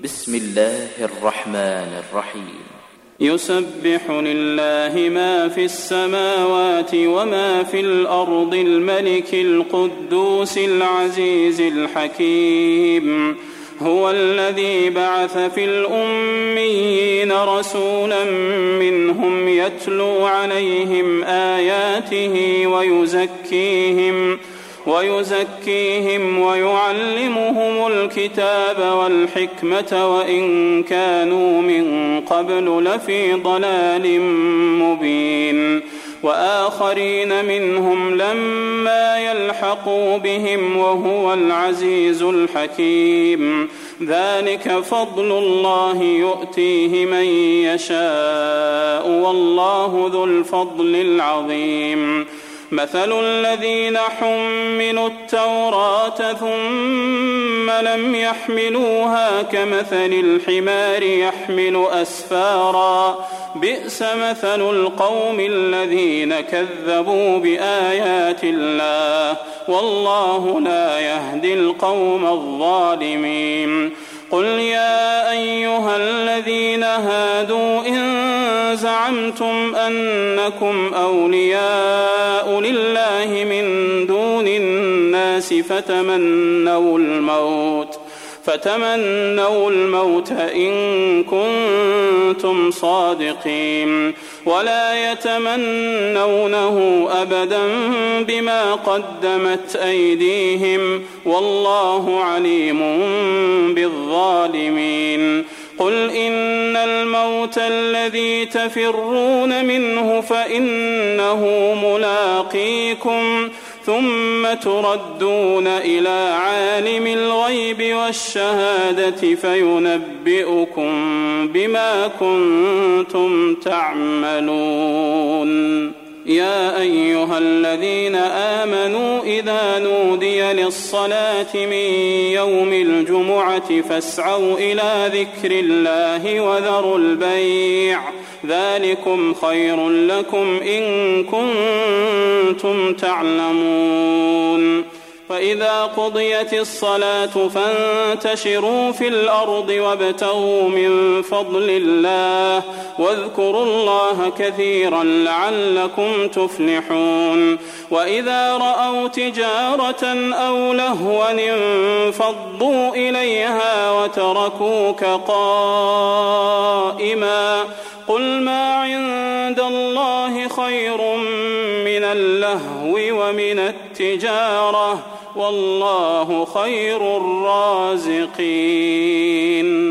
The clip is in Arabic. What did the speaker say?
بسم الله الرحمن الرحيم. يسبح لله ما في السماوات وما في الأرض الملك القدوس العزيز الحكيم. هو الذي بعث في الأميين رسولا منهم يتلو عليهم آياته ويزكيهم ويعلمهم الكتاب والحكمة وإن كانوا من قبل لفي ضلال مبين. وآخرين منهم لما يلحقوا بهم وهو العزيز الحكيم. ذلك فضل الله يؤتيه من يشاء والله ذو الفضل العظيم. مثل الذين حملوا التوراة ثم لم يحملوها كمثل الحمار يحمل أسفارا بئس مثل القوم الذين كذبوا بآيات الله والله لا يهدي القوم الظالمين. قل يا أيها الذين هادوا إن زعمتم أنكم أولياء لله من دون الناس فتمنوا الموت إن كنتم صادقين ولا يتمنونه أبدا بما قدمت أيديهم والله عليم بالظالمين. قل إن الموت الذي تفرون منه فإنه ملاقيكم ثم تردون إلى عالم الغيب والشهادة فينبئكم بما كنتم تعملون. يا أيها الذين آمنوا إذا نودي للصلاة من يوم الجمعة فاسعوا إلى ذكر الله وذروا البيع ذلكم خير لكم إن كنتم تعلمون. فإذا قضيت الصلاة فانتشروا في الأرض وابتغوا من فضل الله واذكروا الله كثيرا لعلكم تفلحون. وإذا رأوا تجارة أو لهوا انفضوا إليها وتركوك قائما قل ما عند الله خير من اللهو ومن التجارة والله خير الرازقين.